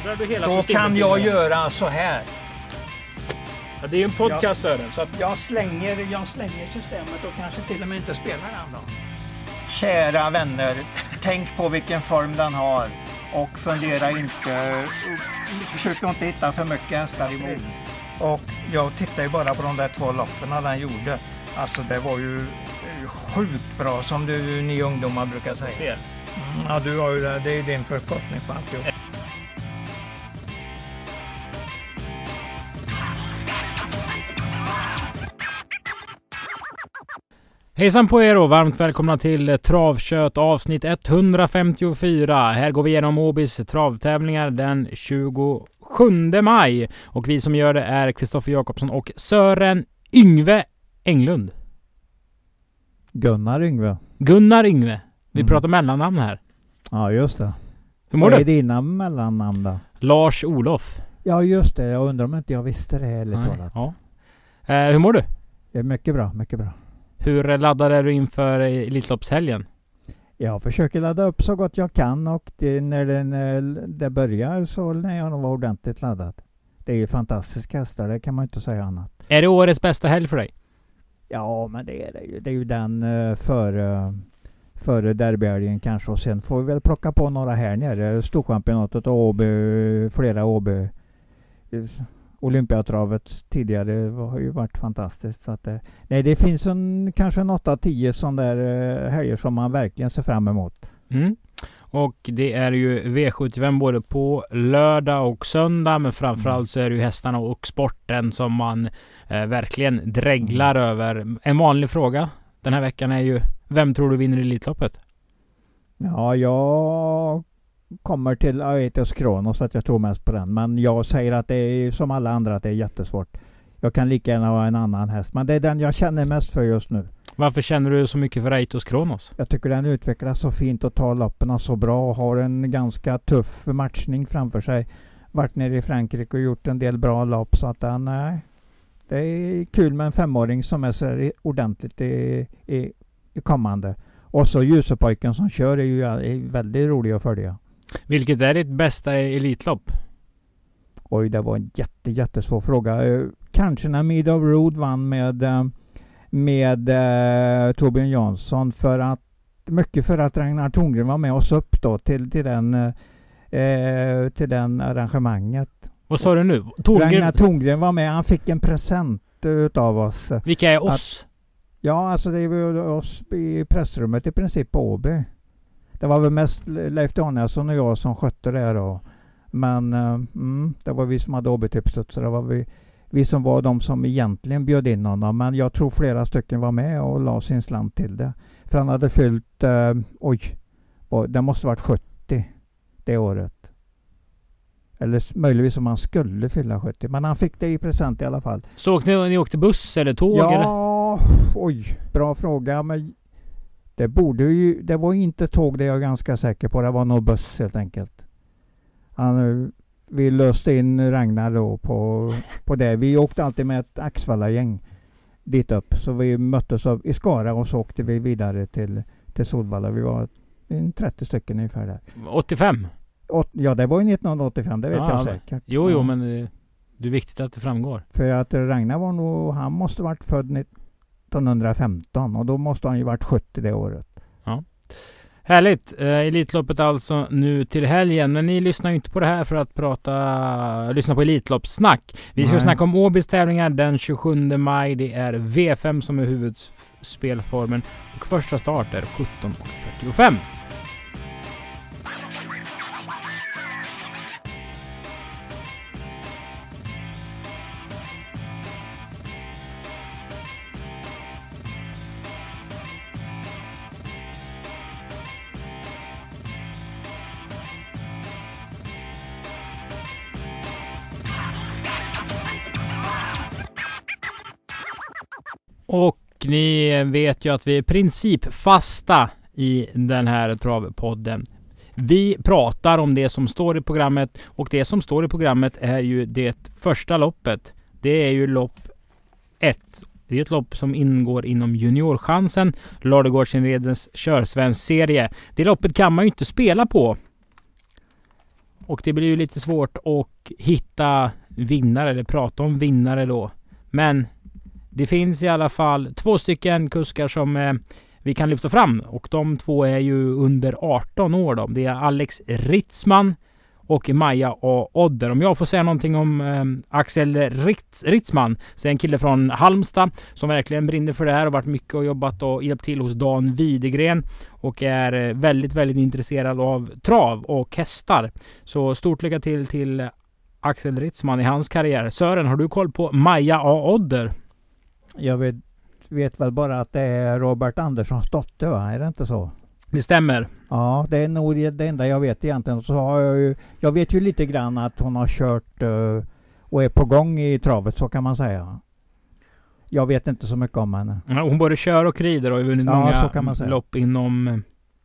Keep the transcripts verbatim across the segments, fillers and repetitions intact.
ändrar du hela Då systemet. kan jag göra så här. Ja, det är ju en podcast, Jag- Sören. Så att, Jag slänger, jag slänger systemet och kanske till och med inte spelar den då. Kära vänner, tänk på vilken form den har och fundera inte, försök inte hitta för mycket hästar i mål. Och jag tittar ju bara på de där två loppen den gjorde. Alltså det var ju sjukt bra som du, ni ungdomar brukar säga. det. Mm, ja, du har ju det, det är din förkortning på allt. Hejsan på er och varmt välkomna till Travkött avsnitt etthundrafemtiofyra. Här går vi igenom Åbys travtävlingar den tjugosjunde maj. Och vi som gör det är Kristoffer Jakobsson och Sören Yngve Englund. Gunnar Yngve. Gunnar Yngve. Vi Mm. pratar mellannamn här. Ja, just det. Hur mår Vad är du? dina mellannamn då? Lars Olof. Ja, just det. Jag undrar om inte jag visste det heller Nej, talat. ja. Eh, hur mår du? Det är mycket bra, mycket bra. Hur laddad är du inför Elitloppshelgen? Jag försöker ladda upp så gott jag kan och det, när det, när det börjar så när jag nog var ordentligt laddad. Det är ju fantastiska hästar, det kan man inte säga annat. Är det årets bästa helg för dig? Ja, men det är det ju. Det är ju den uh, före, före derbyhelgen kanske. Och sen får vi väl plocka på några här nere. Storchampionatet och Åby, flera Åby. Olympiatravet tidigare har ju varit fantastiskt. Så att det, nej, det finns en, kanske en åtta tio sådana där uh, helger som man verkligen ser fram emot. Mm. Och det är ju V sjuttiofem både på lördag och söndag. Men framförallt så är det ju hästarna och sporten som man eh, verkligen dräglar mm. över. En vanlig fråga den här veckan är ju: vem tror du vinner Elitloppet? Ja, jag kommer till Aetos Kronos, så att jag tror mest på den. Men jag säger att det är som alla andra att det är jättesvårt. Jag kan lika gärna ha en annan häst. Men det är den jag känner mest för just nu. Varför känner du så mycket för Aetos Kronos? Jag tycker den utvecklas så fint och tar loppen så bra och har en ganska tuff matchning framför sig. Varit nere i Frankrike och gjort en del bra lopp, så att den, nej, det är kul med en femåring som är så ordentligt i, i, i kommande. Och så Ljusepojken som kör är ju är väldigt rolig att följa. Vilket är ditt bästa Elitlopp? Oj, det var en jätte, jättesvår fråga. Kanske när Mid of Road vann med med eh, Torbjörn Jansson, för att mycket för att Ragnar Thorngren var med oss upp då till, till den eh, till den arrangemanget. Vad sa du nu? Thorngren... Ragnar Thorngren var med, han fick en present utav oss. Vilka är oss? Att, ja, alltså det var oss i pressrummet i princip på Åby. Det var väl mest Leif Danielsson och jag som skötte det då. Men uh, mm, det var vi som hade Åby-tipset, så det var vi Vi som var de som egentligen bjöd in honom. Men jag tror flera stycken var med och la sin slant till det. För han hade fyllt, eh, oj, det måste varit sjuttio det året. Eller möjligtvis om han skulle fylla sjuttio. Men han fick det i present i alla fall. Så åkte ni, ni åkte buss eller tåg? Ja, eller? oj, bra fråga. Men det borde ju, det var inte tåg, det är jag ganska säker på. Det var nog buss helt enkelt. Han... Vi löste in Ragnar då på, på det. Vi åkte alltid med ett Axvalla-gäng dit upp. Så vi möttes av, i Skara och så åkte vi vidare till, till Solvalla. Vi var en trettio stycken ungefär där. åttiofem? Åt, ja, det var ju nittonhundraåttiofem, det vet ja, jag säkert. Jo, jo, ja. men det är viktigt att det framgår. För att Ragnar var nog, han måste varit född nittonhundrafemton och då måste han ju varit sjuttio det året. Ja. Härligt. Eh, Elitloppet alltså nu till helgen. Men ni lyssnar ju inte på det här för att prata, lyssna på Elitloppssnack. Vi ska Nej. snacka om Åbys tävlingar den tjugosjunde maj. Det är V fem som är huvudspelformen. Och första start är sjutton fyrtiofem. Och ni vet ju att vi är principfasta i den här travpodden. Vi pratar om det som står i programmet, och det som står i programmet är ju det första loppet. Det är ju lopp ett. Det är ett lopp som ingår inom juniorchansen, Ladugårdsinredens körsvensk serie. Det loppet kan man ju inte spela på Och det blir ju lite svårt att hitta vinnare eller prata om vinnare då. Men det finns i alla fall två stycken kuskar som eh, vi kan lyfta fram. Och de två är ju under arton år då. Det är Alex Ritzman och Maja A. Odder. Om jag får säga någonting om eh, Axel Ritz, Ritzman, så är en kille från Halmstad som verkligen brinner för det här och varit mycket och jobbat och hjälpt till hos Dan Widegren och är eh, väldigt, väldigt intresserad av trav och hästar. Så stort lycka till till Axel Ritzman i hans karriär. Sören, har du koll på Maja A. Odder? Jag vet, vet väl bara att det är Robert Anderssons dotter, va? Är det inte så? Det stämmer. Ja, det är nog det enda jag vet egentligen. Så har jag, ju, jag vet ju lite grann att hon har kört uh, och är på gång i travet, så kan man säga. Jag vet inte så mycket om henne. Ja, hon både kör och rider och har vunnit ja, många lopp inom,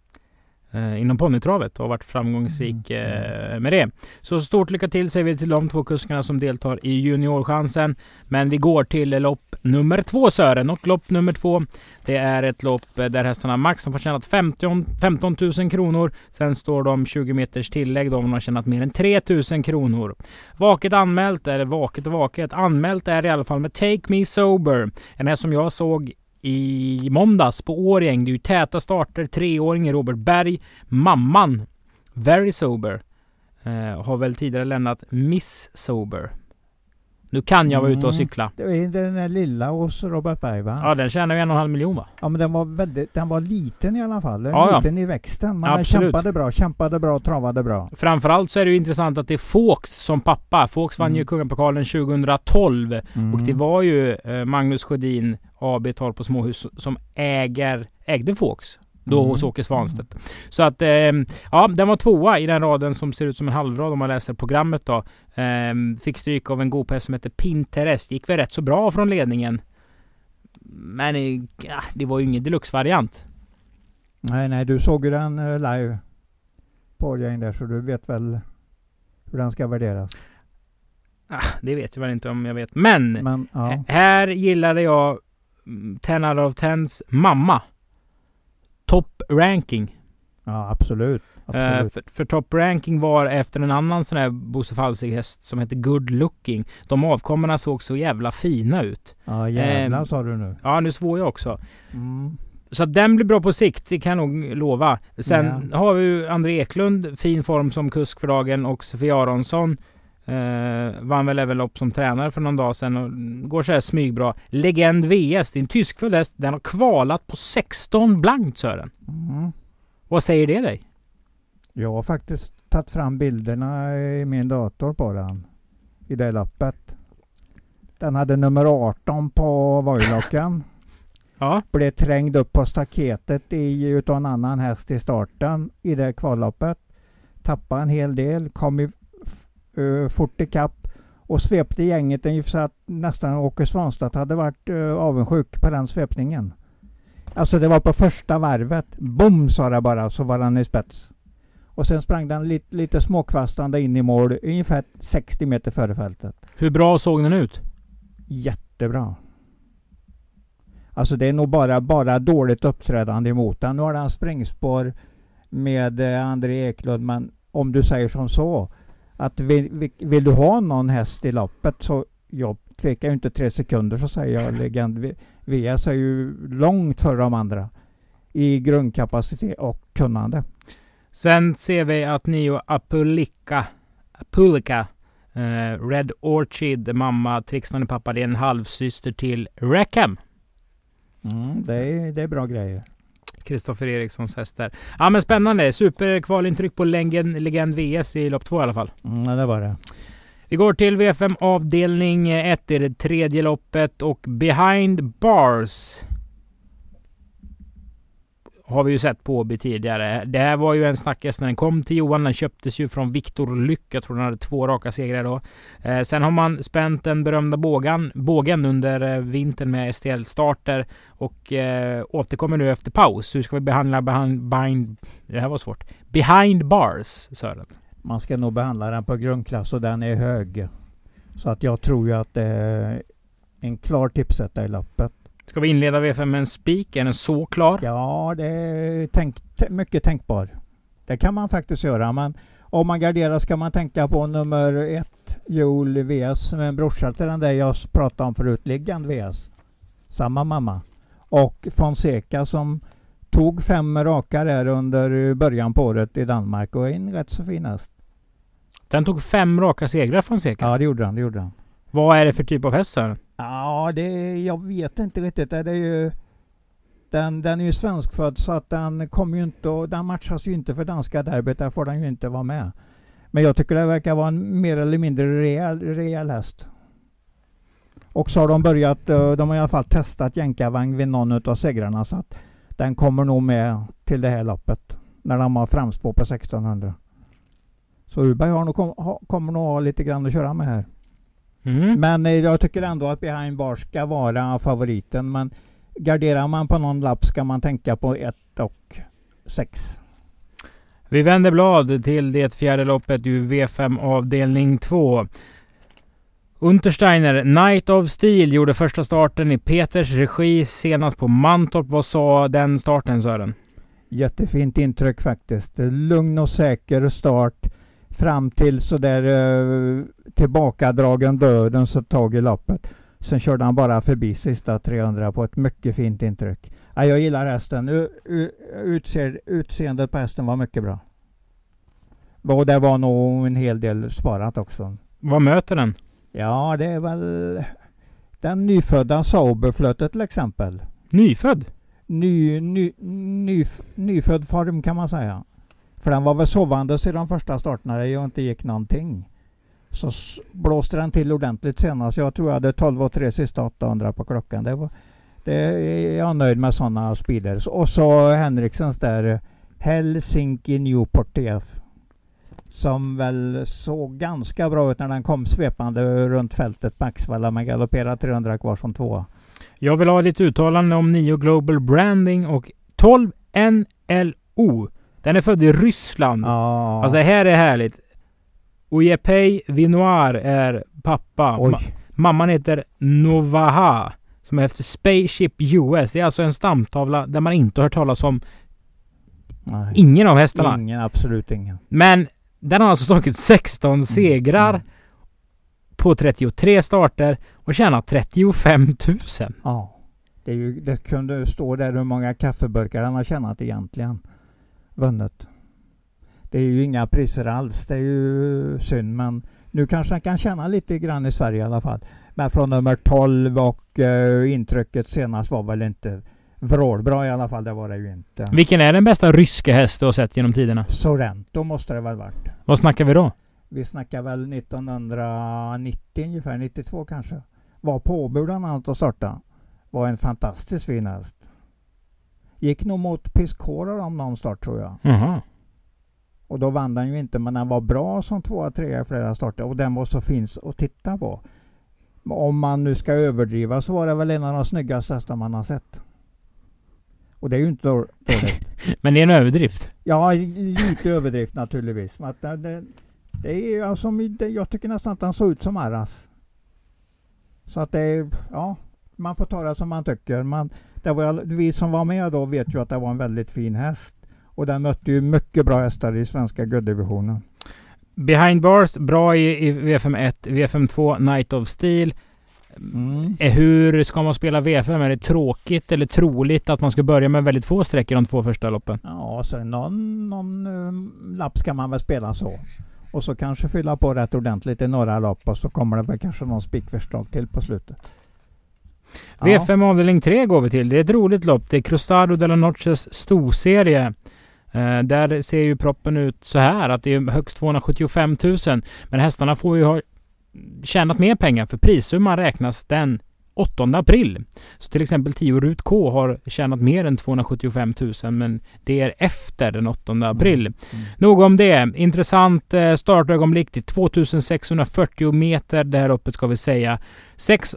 eh, inom ponnytravet och varit framgångsrik eh, med det. Så stort lycka till säger vi till de två kuskarna som deltar i juniorchansen. Men vi går till lopp nummer två, Sören. Och lopp nummer två, det är ett lopp där hästarna Max som får tjänat femton tusen kronor. Sen står de tjugo meters tillägg. De har tjänat mer än tre tusen kronor. Vaket anmält, eller vaket och vaket. Anmält är i alla fall med Take Me Sober. En häst som jag såg i måndags på Årjäng. Det är ju täta starter. Treåringen Robert Berg. Mamman Very Sober. Eh, har väl tidigare lämnat Miss Sober. Nu kan jag vara ute och cykla. Det är den där lilla hos Robert Berg, va? Ja, den tjänar ju en och en halv miljon, va? Ja, men den var väldigt, den var liten i alla fall. Den ja, liten ja. i växten. Men den kämpade bra, kämpade bra, travade bra. Framförallt så är det ju intressant att det är Fawkes som pappa. Fawkes vann mm. ju Kungapokalen tjugohundratolv. Mm. Och det var ju eh, Magnus Sjödin A B Torp på Småhus som äger, ägde Fawkes. Då mm. hos Åke Svanstedt. Mm. Så att, eh, ja, den var tvåa i den raden som ser ut som en halvrad om man läser programmet då. Eh, fick stryk av en god häst som heter Pinterest. Gick väl rätt så bra från ledningen. Men eh, ja, det var ju ingen deluxe-variant. Nej, nej, du såg ju den uh, live på Årjäng där, så du vet väl hur den ska värderas. Ah, det vet jag väl inte om jag vet. Men, Men ja. här gillade jag ten out of tens mamma. Top ranking. Ja, absolut. absolut. Uh, för, för top ranking var efter en annan sån här Bosse Falsig häst som heter Good Looking. De avkommorna såg så jävla fina ut. Ja, jävlar uh, sa du nu. Ja, nu svår jag också. Mm. Så att den blir bra på sikt, det kan jag nog lova. Sen yeah. har vi ju André Eklund, fin form som kusk för dagen, och Sofia Aronsson uh, vann väl även lopp som tränare för någon dag sedan och går så här smygbra. Legend V S, det är en tyskfull häst, den har kvalat på sexton blankt, Sören. Mm. Vad säger det dig? Jag har faktiskt tagit fram bilderna i min dator på den i det loppet. Den hade nummer arton på Vojlocken. Ja. Blev trängd upp på staketet i, utav en annan häst i starten i det kvalloppet. Tappade en hel del, kom i uh, fort i kapp och svepte gänget ungefär så att nästan Åke Svanstedt hade varit uh, avundsjuk på den svepningen. Alltså det var på första varvet. Bom, sa det bara, så var den i spets. Och sen sprang den lite, lite småkvastande in i mål ungefär sextio meter före fältet. Hur bra såg den ut? Jättebra. Alltså det är nog bara, bara dåligt uppträdande emot den. Nu har den springspår med eh, André Eklund, men om du säger som så att vill, vill, vill du ha någon häst i loppet, så jag tvekar ju inte tre sekunder, så säger jag Legend V S är ju långt före de andra i grundkapacitet och kunnande. Sen ser vi att Nio Apulika Apulika eh, Red Orchid, mamma Trixton och pappa, det är en halvsyster till Rackham. Mm, det, är, det är bra grejer. Kristoffer Erikssons hästar. Ja, men spännande. Superkvalintryck på Legend, Legend V S i lopp två i alla fall. Mm, det var det. Vi går till V F M avdelning ett, det är det tredje loppet, och Behind Bars har vi ju sett på Åby tidigare. Det här var ju en snackes när den kom till Johan. Den köptes ju från Viktor Lyck. Jag tror den hade två raka segrar då. Eh, sen har man spänt den berömda bågen, bågen under eh, vintern med S T L-starter och eh, återkommer nu efter paus. Hur ska vi behandla behind, behind, det här var svårt. Behind Bars, Sören? Man ska nog behandla den på grundklass och den är hög. Så att jag tror ju att det är en klar tipsetta i loppet. Ska vi inleda V F M med en spik? Är den så klar? Ja, det är tänk, t- mycket tänkbar. Det kan man faktiskt göra. Men Om man garderar ska man tänka på nummer ett, Joel V S, som är en brorsa till den där jag pratade om förut, Legend V S. Samma mamma. Och Fonseca som tog fem raka där under början på året i Danmark och en rätt så fin häst. Den tog fem raka segrar från Seca? Ja, det gjorde han, det gjorde han. Vad är det för typ av häst här? Ja, det, jag vet inte riktigt. Det är ju, den, den är ju svenskfödd så att den kommer ju inte och den matchas ju inte för danska derbyt. Där får den ju inte vara med. Men jag tycker det verkar vara en mer eller mindre rejäl, rejäl häst. Och så har de börjat, de har i alla fall testat jänkarvagn vid någon av segrarna så att den kommer nog med till det här loppet när de har framspår på sextonhundra. Så Uberg har nog kom, ha, kommer nog ha lite grann att köra med här. Mm. Men eh, jag tycker ändå att Behind Bars ska vara favoriten. Men garderar man på någon lapp ska man tänka på ett och sex. Vi vänder blad till det fjärde loppet i V fem avdelning två. Untersteiner, Night of Steel, gjorde första starten i Peters regi senast på Mantorp. Vad sa den starten, Sören? Jättefint intryck faktiskt. Lugn och säker start fram till så där uh, tillbakadragen döden så tag i loppet. Sen körde han bara förbi sista trehundra på ett mycket fint intryck. Ja, jag gillar hästen. U- u- utse- utseendet på hästen var mycket bra. Och det var nog en hel del sparat också. Vad möter den? Ja, det är väl den nyfödda Sauberflötet till exempel. Nyfödd? Ny, ny, ny, nyfödd form kan man säga. För den var väl sovande i de första starterna det inte gick någonting. Så s- blåste den till ordentligt senast. Jag tror jag hade tolv och tre sista åttahundra på klockan. Det var, det är jag nöjd med sådana speeders. Och så Henriksens där Helsinki Newport T F. Som väl såg ganska bra ut när den kom svepande runt fältet på Axvalla med galopperat trehundra kvar som tvåa. Jag vill ha lite uttalande om nio Global Branding och tolv N L O. Den är född i Ryssland. Ja. Alltså det här är härligt. Ojepej Vinoir är pappa. Ma- mamman heter Novaha som är efter Spaceship U S. Det är alltså en stamtavla där man inte har hört talas om Nej. ingen av hästarna. Ingen, absolut ingen. Men den har alltså tagit sexton segrar mm. på trettiotre starter och tjänat trettiofem tusen. Ja. Det, är ju, det kunde stå där hur många kaffeburkar han har tjänat egentligen. Vunnit. Det är ju inga priser alls. Det är ju synd. Men nu kanske han kan tjäna lite grann i Sverige i alla fall. Men från nummer tolv och uh, intrycket senast var väl inte vrålbra i alla fall. Det var det ju inte. Vilken är den bästa ryska häst du har sett genom tiderna? Sorrento måste det väl varit. Vad snackar vi då? Vi snackar väl nittonhundranittio ungefär. nittiotvå kanske. Var på Åby bland annat att starta. Var en fantastiskt fin häst. Gick nog mot Piscora om någon start tror jag. Jaha. Och då vann den ju inte, men den var bra som tvåa, trea i flera starter. Och den var så fin att titta på. Om man nu ska överdriva så var det väl en av de snyggaste hästar man har sett. Och det är ju inte dåligt. Men det är en överdrift. Ja, lite överdrift naturligtvis. Men att det, det, det är alltså, det, jag tycker nästan att han såg ut som Arras. Så att det är, ja, man får ta det som man tycker. Man, det var, vi som var med då vet ju att det var en väldigt fin häst. Och den mötte ju mycket bra hästar i svenska gulddivisionen. Behind Bars, bra i, i V fem ett, V fem två, Night of Steel. Mm. Hur ska man spela V fem? Är det tråkigt eller troligt att man ska börja med väldigt få sträckor de två första loppen? Ja, så någon, någon um, lapp ska man väl spela så. Och så kanske fylla på rätt ordentligt i några lopp och så kommer det väl kanske någon spikförslag till på slutet. Ja. V fem avdelning tre går vi till. Det är ett roligt lopp. Det är Cruzado de la Noches storserie. Uh, där ser ju proppen ut så här att det är högst tvåhundrasjuttiofem tusen. Men hästarna får ju ha tjänat mer pengar för prissumman räknas den åttonde april. Så till exempel tio Rut K har tjänat mer än tvåhundrasjuttiofem tusen men det är efter den åttonde april. Mm. Mm. Nog om det. Intressant uh, startögonblick till tvåtusensexhundrafyrtio meter. Det här loppet ska vi säga. sex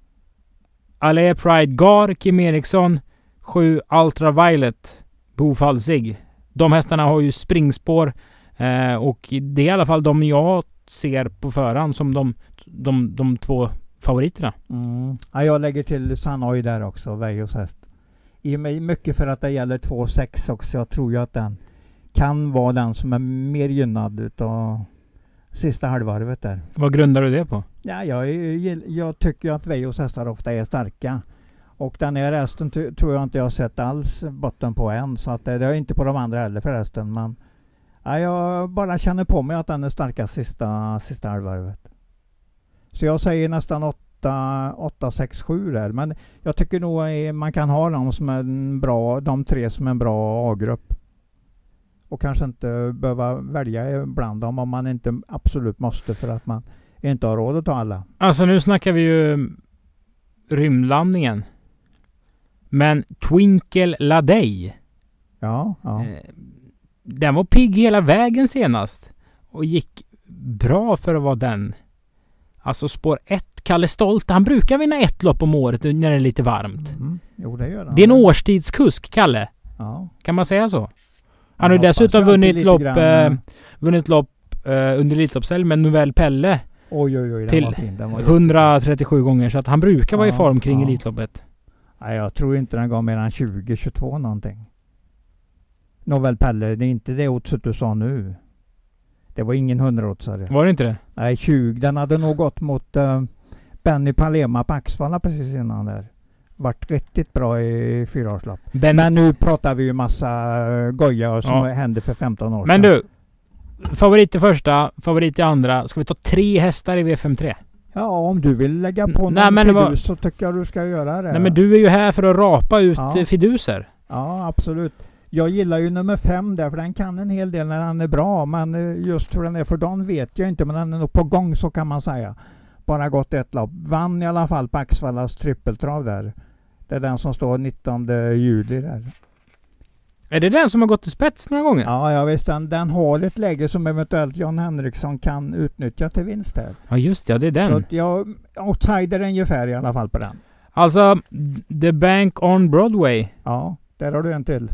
Allé Pride Gar, Kim Eriksson. sju Ultraviolet, Bo Falsig. De hästarna har ju springspår eh, och det är i alla fall de jag ser på förhand som de, de, de två favoriterna. Mm. Ja, jag lägger till Sanoi där också, Vejos häst. I mig mycket för att det gäller två sex också. Jag tror ju att den kan vara den som är mer gynnad utav sista halvvarvet där. Vad grundar du det på? Ja, jag, jag tycker ju att Vejos hästar ofta är starka. Och den här hästen t- tror jag inte jag har sett alls botten på än. Så att det, det är inte på de andra heller förresten. Men ja, jag bara känner på mig att den är starkast sista, sista halvvarvet. Så jag säger nästan åtta, sex, sju där. Men jag tycker nog att man kan ha dem som en bra, de tre som en bra A-grupp. Och kanske inte behöva välja bland dem om man inte absolut måste för att man inte har råd att ta alla. Alltså nu snackar vi ju rymdlandningen. Men Twinkle Ladej. Ja, ja. Den var pigg hela vägen senast. Och gick bra för att vara den. Alltså spår ett, Kalle Stolt. Han brukar vinna ett lopp om året när det är lite varmt. Mm. Jo, det gör han. Det är en årstidskusk, Kalle. Ja. Kan man säga så? Han har ju dessutom vunnit lopp, eh, vunnit lopp eh, under Elitloppshelg med Novell Pelle. Oj, oj, oj, den till var fin. Den var hundratrettiosju gånger. Så att han brukar vara ja, i form kring ja. Elitloppet. Nej, jag tror inte den gav mer än tjugo tjugotvå någonting. Novell Pelle, det är inte det oddset du sa nu. Det var ingen hundraåtsare. Var det inte det? Nej, tjugo. Den hade nog gått mot uh, Benny Palema på Axvalla precis innan där. Vart riktigt bra i fyraårslopp. Ben... Men nu pratar vi ju massa uh, goja som ja. hände för femton år Men sedan. du, favorit i första, favorit i andra. Ska vi ta tre hästar i V femtiotre? Ja, om du vill lägga på N- någon nej, fidus var... så tycker jag du ska göra det. Nej, men du är ju här för att rapa ut ja. fiduser. Ja, absolut. Jag gillar ju nummer fem där, för den kan en hel del när den är bra. Men just för den är för dagen vet jag inte, men den är nog på gång så kan man säga. Bara gått ett lopp. Vann i alla fall på Axvallas trippeltrav där. Det är den som står nittonde juli där. Är det den som har gått till spets några gånger? Ja, jag visst. Den, den har ett läge som eventuellt Jan Henriksson kan utnyttja till vinst här. Ja, just det. Ja, det är den. Så att jag outsider ungefär i alla fall på den. Alltså, The Bank on Broadway. Ja, där har du en till.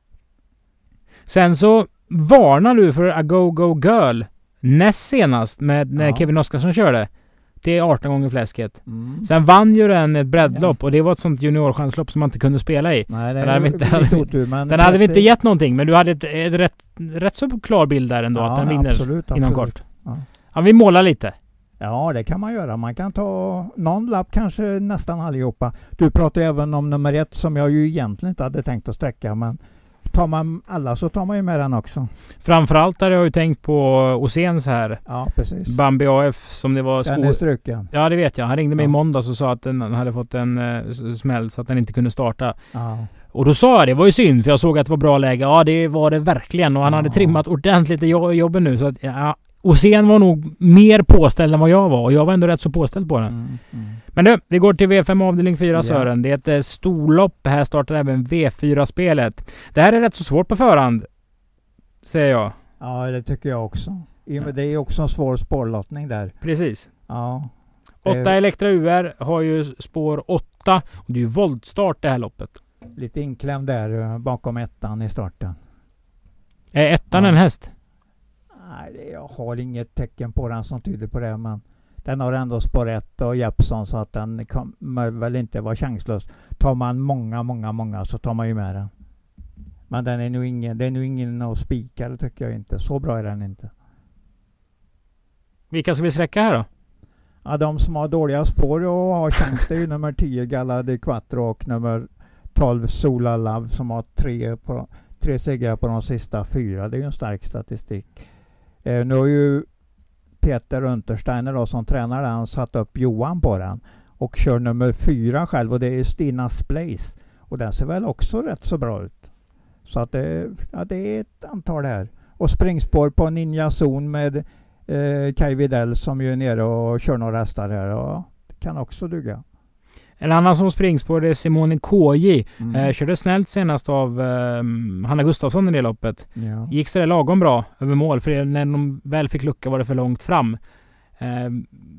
Sen så varnar du för A Go Go Girl näst senast med när ja. Kevin Oskarsson körde. Det är arton gånger fläsket. Mm. Sen vann ju den ett breddlopp ja. och det var ett sånt juniorchanslopp som man inte kunde spela i. Nej, det den är hade, inte, hade, otur, men den hade vi inte gett någonting, men du hade ett, ett rätt, rätt så klar bild där ändå ja, att den vinner absolut, inom absolut. kort. Ja. Ja, vi målar lite. Ja, det kan man göra. Man kan ta någon lapp, kanske nästan allihopa. Du pratar även om nummer ett som jag ju egentligen inte hade tänkt att sträcka, men tar man alla så tar man ju med den också. Framförallt hade jag ju tänkt på Åséns här. Ja, precis. Bambi A F som det var... Den sko- är struken. Ja, det vet jag. Han ringde mig ja. i måndags och sa att den hade fått en uh, smäll så att den inte kunde starta. Ja. Och då sa jag det var ju synd för jag såg att det var bra läge. Ja, det var det verkligen. Och han ja. hade trimmat ordentligt i jobben nu. Så att, ja, Åsén var nog mer påställd än vad jag var. Och jag var ändå rätt så påställd på den. Mm, mm. Men nu, vi går till V fem avdelning fyra, ja. Sören. Det är ett eh, storlopp. Här startar även V fyra-spelet. Det här är rätt så svårt på förhand, säger jag. Ja, det tycker jag också. I, det är också en svår spårlottning där. Precis. Ja. åtta Elektra U R har ju spår åtta. Och det är ju voltstart det här loppet. Lite inklämd där bakom ettan i starten. Är ettan ja. en häst? Nej, jag har inget tecken på den som tyder på det, men den har ändå spår ett och Jeppson så att den kommer väl inte vara chanslös. Tar man många, många, många så tar man ju med den. Men den är nog ingen, det är nog ingen att spika, det tycker jag inte. Så bra är den inte. Vilka ska vi sträcka här då? Ja, de som har dåliga spår och har chans det är ju nummer tio Galla di Quattro och nummer tolv Sola Love som har tre, på, tre segrar på de sista fyra. Det är ju en stark statistik. Eh, nu har ju Peter Untersteiner då, som tränar den satt upp Johan på den och kör nummer fyra själv och det är Stinas Place. Och den ser väl också rätt så bra ut. Så att det, ja, det är ett antal här. Och springspår på Ninja Zon med eh, Kai Videll som ju är nere och kör några hästar här. Och det kan också duga. En annan som springspår är Simone K J. Mm. Eh, körde snällt senast av eh, Hanna Gustafsson i det loppet. Ja. Gick så det lagom bra över mål. För när de väl fick lucka var det för långt fram. Eh,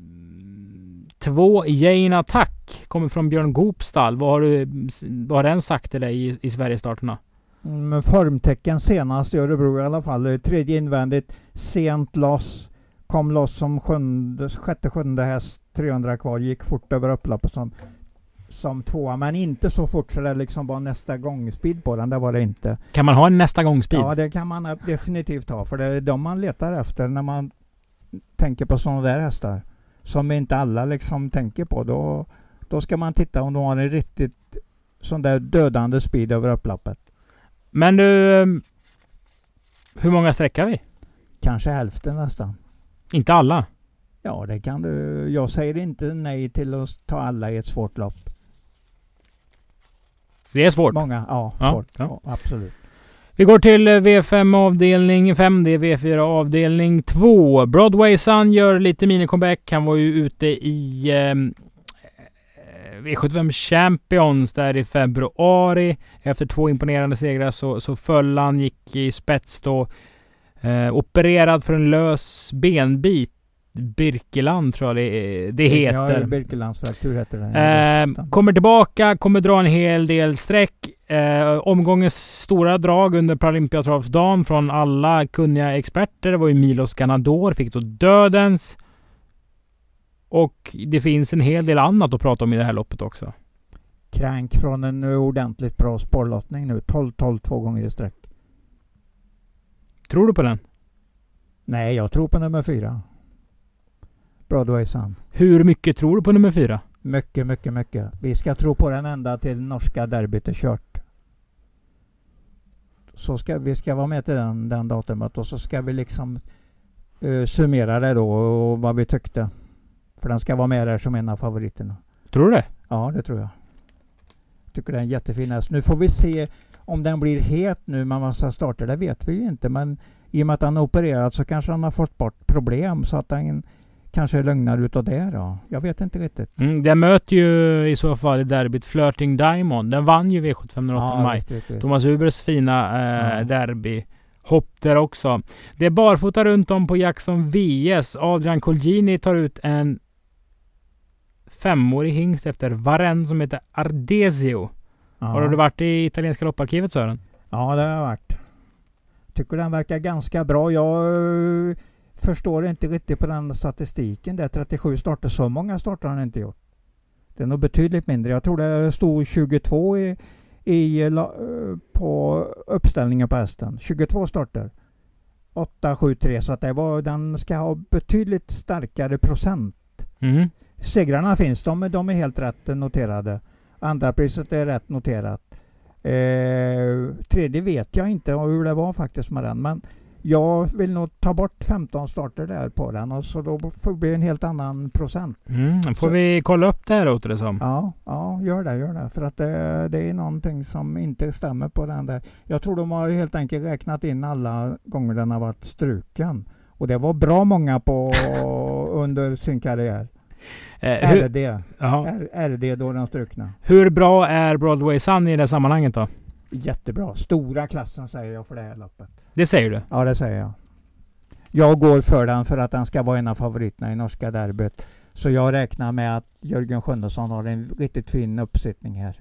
två Jane Attack kommer från Björn Goops stall. Vad har, du, vad har den sagt till dig i, i Sverigestarterna? Mm, formtecken senast i Örebro i alla fall. Tredje invändigt. Sent loss. Kom loss som sjunde, sjätte, sjunde häst. trehundra kvar. Gick fort över upploppet som som tvåa, men inte så fort så det liksom var nästa gång speed på den. Det var det inte. Kan man ha en nästa gång speed? Ja, det kan man definitivt ha. För det är de man letar efter när man tänker på sådana där hästar. Som inte alla liksom tänker på. Då, då ska man titta om de har en riktigt sån där dödande speed över upplappet. Men du, hur många sträckar vi? Kanske hälften nästan. Inte alla? Ja, det kan du. Jag säger inte nej till att ta alla i ett svårt lopp. Det är svårt? Många, ja, ja svårt. Ja. Ja, absolut. Vi går till V fem avdelning fem, det är V fyra avdelning två. Broadway Sun gör lite mini-comeback. Han var ju ute i eh, V sjuttiofem Champions där i februari. Efter två imponerande segrar så, så föll han, gick i spets då. Eh, opererad för en lös benbit. Birkeland tror jag det, det heter. Ja, Birkelandsfraktur heter det. Eh, kommer tillbaka, kommer dra en hel del sträck. Eh, omgångens stora drag under Paralympiatravsdagen från alla kunniga experter. Det var ju Milos Ganador, fick då dödens. Och det finns en hel del annat att prata om i det här loppet också. Crank från en ordentligt bra spårlottning nu. tolv tolv två gånger i sträck. Tror du på den? Nej, jag tror på nummer fyra. Broadway Sun. Hur mycket tror du på nummer fyra? Mycket, mycket, mycket. Vi ska tro på den ända till norska derbyt är kört. Så ska vi ska vara med till den, den datumet och så ska vi liksom uh, summera det då och vad vi tyckte. För den ska vara med där som en av favoriterna. Tror du det? Ja, det tror jag. Jag tycker det är en jättefin häst. Nu får vi se om den blir het nu med massa starter. Det vet vi ju inte. Men i och med att han är opererad så kanske han har fått bort problem så att den kanske är lugnare utav det då. Jag vet inte riktigt. Mm, den möter ju i så fall i derbyt Flirting Diamond. Den vann ju V sjuttiofem den åttonde Ja, maj. visst, visst, visst. Thomas Ubers fina eh, Ja. derby. Hopp där också. Det är barfota runt om på Jackson V S. Adrian Colgjini tar ut en femårig hingst efter Varenne som heter Ardesio. Ja. Har du varit i italienska lopparkivet, Sören? Ja, det har jag varit. Tycker den verkar ganska bra. Jag uh, förstår inte riktigt på den statistiken. Det är trettiosju starter. Så många starter har han inte gjort. Det är nog betydligt mindre. Jag tror det stod tjugotvå i, i, uh, på uppställningen på hästen. tjugotvå starter. åtta sju tre. Så att det var, den ska ha betydligt starkare procent. Mm. Segrarna finns. De, de är helt rätt noterade. Andra priset är rätt noterat. Eh, tredje vet jag inte hur det var faktiskt med den. Men jag vill nog ta bort femton starter där på den. Och så då får det bli en helt annan procent. Mm. Får Så. vi kolla upp det här åt det som? Ja, ja, gör det, gör det. För att det, det är någonting som inte stämmer på den där. Jag tror de har helt enkelt räknat in alla gånger den har varit struken. Och det var bra många på under sin karriär. Eh, R hur, D. Jaha. R- R D då den strukna. hur bra är Broadway Sun i det sammanhanget då? Jättebra. Stora klassen säger jag för det här loppet. Det säger du? Ja, det säger jag. Jag går för den för att den ska vara en av favoriterna i norska derbyt. Så jag räknar med att Jörgen Sjunnesson har en riktigt fin uppsittning här.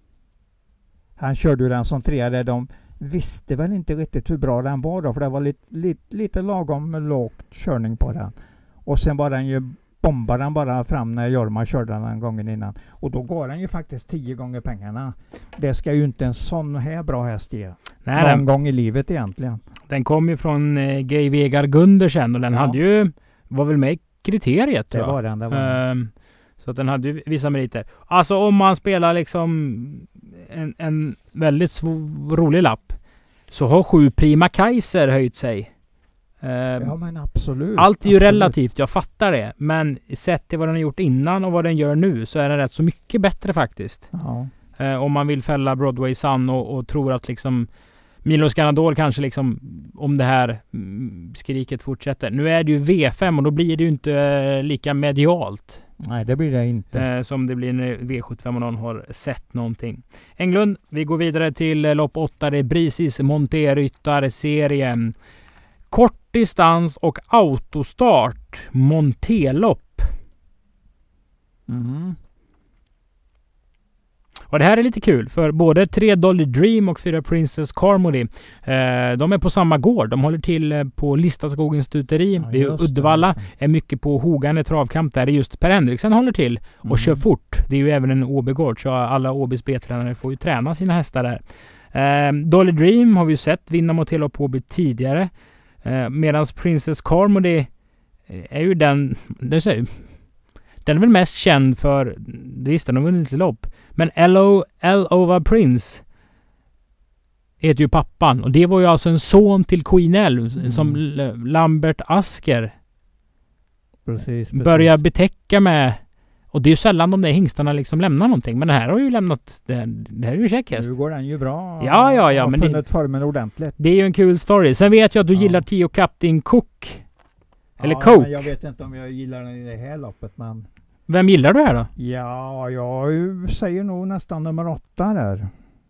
Han körde ju den som trea där. De visste väl inte riktigt hur bra den var då. För det var lite, lite, lite lagom lågt körning på den. Och sen var den ju bombar den bara fram när Jorma körde den en gången innan. Och då går den ju faktiskt tio gånger pengarna. Det ska ju inte en sån här bra häst ge. Nej, Någon den, gång i livet egentligen. den kom ju från eh, Gay Vegar Gundersen och den Ja. hade ju, var väl med i kriteriet Det tror jag. var den. Det var den. Ehm, så att den hade ju vissa meriter. Alltså om man spelar liksom en, en väldigt svår, rolig lapp så har sju Prima Kaiser höjt sig. Ehm, Ja, men absolut. Allt är ju absolut. relativt, jag fattar det. Men sett till vad den har gjort innan och vad den gör nu så är den rätt så mycket bättre faktiskt. Ja. Eh, om man vill fälla Broadway Sun och, och tror att liksom Milos Ganador kanske liksom om det här mm, skriket fortsätter. Nu är det ju V fem och då blir det ju inte eh, lika medialt Nej, det blir det inte. eh, som det blir när V sjuttiofem och någon har sett någonting. Englund, vi går vidare till eh, lopp åtta. Det är Brisis Monté-ryttarserien. Kort distans och autostart. Monté-lopp. Mm. Och det här är lite kul för både tre Dolly Dream och fyra Princess Carmody, eh, de är på samma gård. De håller till eh, på Listaskogens stuteri ja, vid Uddevalla. Det. Är mycket på Hogane travkamp där just Per Henriksen håller till och mm. kör fort. Det är ju även en Å B-gård så alla Å B:s B-tränare får ju träna sina hästar där. Eh, Dolly Dream har vi ju sett vinna mot hela på Åby tidigare. Eh, Medan Princess Carmody är ju den, det säger, den är väl mest känd för, visst den har vunnit lite lopp, men L Ova Prince heter ju pappan och det var ju alltså en son till Queen L mm. som Lambert Asker precis, precis. börjar betäcka med. Och det är ju sällan de där hingstarna liksom lämnar någonting. Men det här har ju lämnat, det, det här är ju checkhäst. Nu går den ju bra. Ja, ja, ja. Har men funnit det, formen ordentligt. Det är ju en kul story. Sen vet jag att du ja. gillar Tio Captain Cook. Eller ja, Coke. Men jag vet inte om jag gillar den i det här loppet. Men... Vem gillar du här då? Ja, jag säger nog nästan nummer åtta där.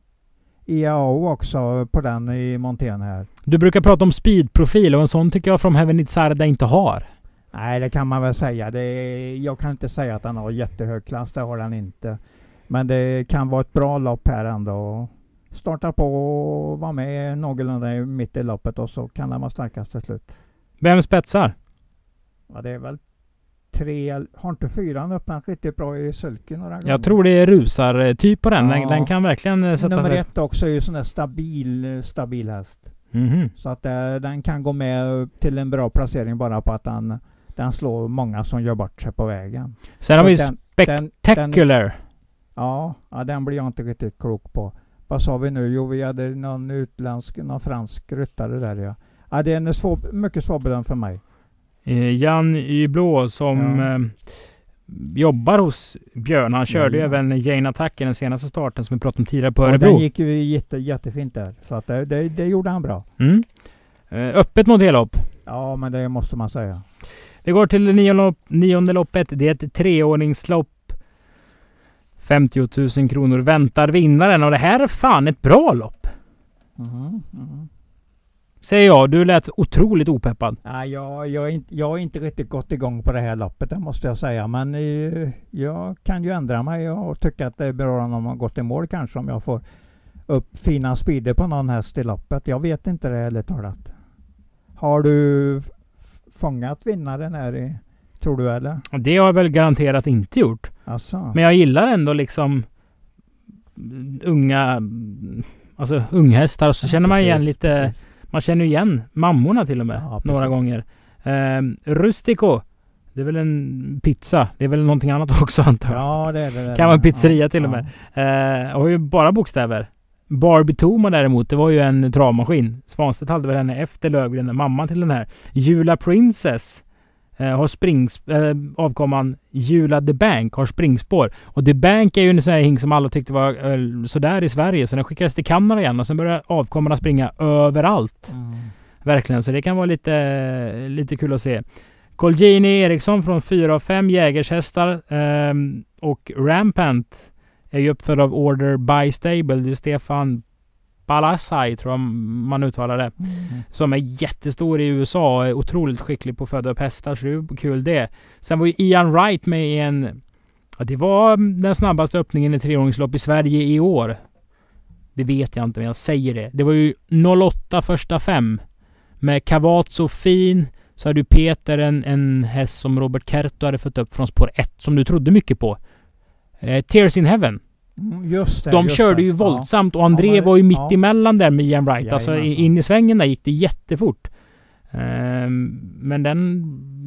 E A O också på den i Montén här. Du brukar prata om speedprofil och en sån tycker jag från Heaven Itzarda inte har. Nej, det kan man väl säga. Det är, jag kan inte säga att den har jättehög klass, det har den inte. Men det kan vara ett bra lopp här ändå. Starta på och vara med någorlunda mitt i loppet och så kan den vara starkast till slut. Vem spetsar? Ja, det är väl tre, har inte fyran öppnat riktigt bra i sulken några gånger? Jag tror det är rusar typ på den. Ja. Den, den kan verkligen sätta Nummer sig. ett också är ju sån där stabil, stabil häst. Mm-hmm. Så att äh, den kan gå med till en bra placering bara på att den Den slår många som gör bort sig på vägen. Sen har vi den, Spectacular. Den, ja, ja, den blir jag inte riktigt klok på. Vad sa vi nu? Jo, vi hade någon utländsk, någon fransk ryttare där. Ja, ja det är en svår, mycket svårbedömd för mig. Eh, Jan Yblå som ja. eh, jobbar hos Björn. Han körde ju ja, ja. även Jane Attack i den senaste starten som vi pratade om tidigare på Örebro. Och den gick ju jätte, jättefint där. Så att det, det, det gjorde han bra. Mm. Eh, öppet mot hellopp. Ja, men det måste man säga. Vi går till det nionde, nionde loppet. Det är ett treordningslopp. femtio tusen kronor väntar vinnaren. Och det här är fan ett bra lopp. Mm, mm. Säger jag. Du lät otroligt opeppad. Ja, jag, jag, är inte, jag har inte riktigt gått igång på det här loppet. Det måste jag säga. Men eh, jag kan ju ändra mig och tycka att det är bra om man gått i mål kanske. Om jag får upp fina speeder på någon häst i loppet. Jag vet inte det eller talat. Har du fångat vinnaren här i, tror du eller? Det har jag väl garanterat inte gjort. Asså. Men jag gillar ändå liksom unga, alltså unghästar och så ja, känner man igen lite, precis. Man känner igen mammorna till och med ja, några gånger. Eh, Rustico, det är väl en pizza, det är väl någonting annat också antar jag. Ja, det är det. Kan vara en pizzeria ja, till och ja. med. Eh, och har ju bara bokstäver. Barbie Toma däremot, det var ju en travmaskin. Svanstedt hade väl henne efter Löfgren, mamman till den här. Jula Princess eh, har springs, eh, avkomman Jula The Bank har springspår. Och The Bank är ju en sån här hing som alla tyckte var eh, sådär i Sverige. Så den skickades till Kanada igen och sen började avkommarna springa överallt. Mm. Verkligen, så det kan vara lite, lite kul att se. Colgjini Eriksson från fyra av fem jägershästar eh, och Rampant är ju uppfödd av Order by Stable. Det är Stefan Balasai tror jag man uttalar det. Mm. Som är jättestor i U S A och är otroligt skicklig på att föda upp hästar. Så det är kul det. Sen var ju Ian Wright med i en... Ja, det var den snabbaste öppningen i treåringslopp i Sverige i år. Det vet jag inte men jag säger det. Det var ju noll åtta första fem. Med Cavazzo fin. Så hade ju Peter en, en häst som Robert Kerto hade fått upp från spår ett. Som du trodde mycket på. Eh, Tears in Heaven. Mm, just det, de just körde det. ju våldsamt och André ja, men, var ju mitt ja. emellan där med Ian Wright. Ja, alltså alltså. in i svängen där gick det jättefort. Eh, men den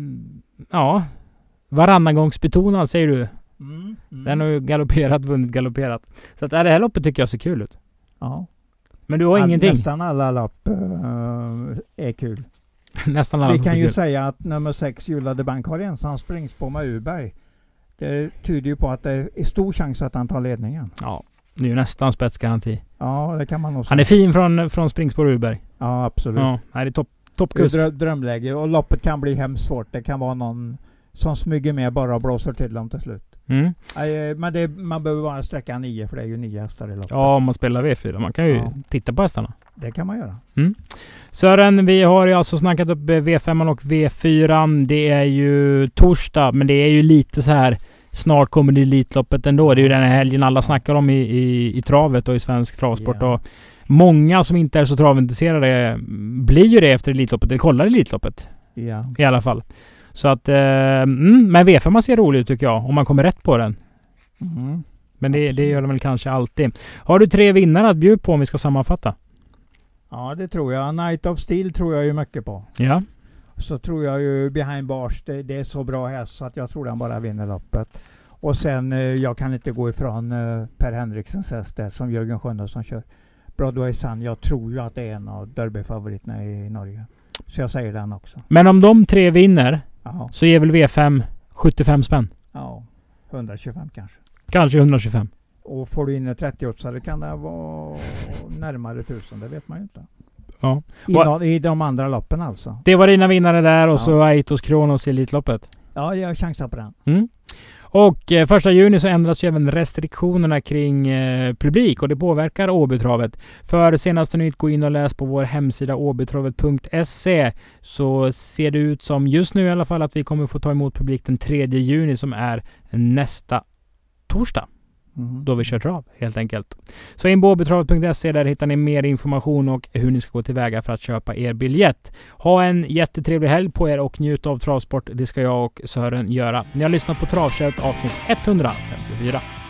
ja varannan gångs betonad säger du. Mm, mm. Den har ju galopperat, vunnit, galopperat. Så att det här loppet tycker jag ser kul ut. Ja. Men du har All, ingenting. Nästan alla lopp uh, är kul. Nästan alla Vi lopp kan är ju kul. säga att nummer sex Jula de Bank har ensam springspår med Uberg. Det tyder ju på att det är stor chans att han tar ledningen. Ja, det är ju nästan spetsgaranti. Ja, det kan man nog säga. Han är fin från, från springspår Uberg. Ja, absolut. Ja, det är topp, toppkust. Drö- drömläge och loppet kan bli hemskt svårt. Det kan vara någon som smyger med bara och blåser till dem till slut. Mm. Nej, men det, man behöver bara sträcka nio för det är ju nio hästar i loppet. Ja, om man spelar V fyra. Man kan ju ja. titta på hästarna. Det kan man göra. Mm. Sören, vi har ju alltså snackat upp V fem och V fyra. Det är ju torsdag, men det är ju lite så här snart kommer det Elitloppet ändå. Det är ju den här helgen alla snackar om i, i, i travet och i svensk travsport. Yeah. Och många som inte är så travintresserade blir ju det efter Elitloppet. Eller kollar Elitloppet. Yeah. I alla fall. Så att, eh, mm, men V fem ser roligt tycker jag. Om man kommer rätt på den. Mm. Men det, det gör de väl kanske alltid. Har du tre vinnare att bjuda på om vi ska sammanfatta? Ja, det tror jag. Night of Steel tror jag ju mycket på. Ja. Så tror jag ju Behind Bars, det, det är så bra häst så att jag tror den bara vinner loppet. Och sen, eh, jag kan inte gå ifrån eh, Per Henriksens häst där, som Jörgen Sjönnesson kör. Broadway Sun, jag tror ju att det är en av derbyfavoriterna i Norge. Så jag säger den också. Men om de tre vinner, Aha. så ger väl V fem sjuttiofem spänn? Ja, hundratjugofem kanske. Kanske hundratjugofem. Och får du in ett trettio-åtsare kan det vara närmare tusen, det vet man ju inte. Ja. I, no, I de andra loppen alltså. Det var dina vinnare där och ja. så Aitos Kronos i Elitloppet. Ja, jag chansar på den. Mm. Och eh, första juni så ändras ju även restriktionerna kring eh, publik och det påverkar Åbytravet. För senaste nytt, gå in och läs på vår hemsida åbytravet punkt se, så ser det ut som just nu i alla fall att vi kommer få ta emot publik den tredje juni som är nästa torsdag. Mm. Då vi kör trav helt enkelt. Så in på åbytravet punkt se, där hittar ni mer information och hur ni ska gå tillväga för att köpa er biljett. Ha en jättetrevlig helg på er och njut av travsport. Det ska jag och Sören göra. Ni har lyssnat på Travkött avsnitt etthundrafemtiofyra.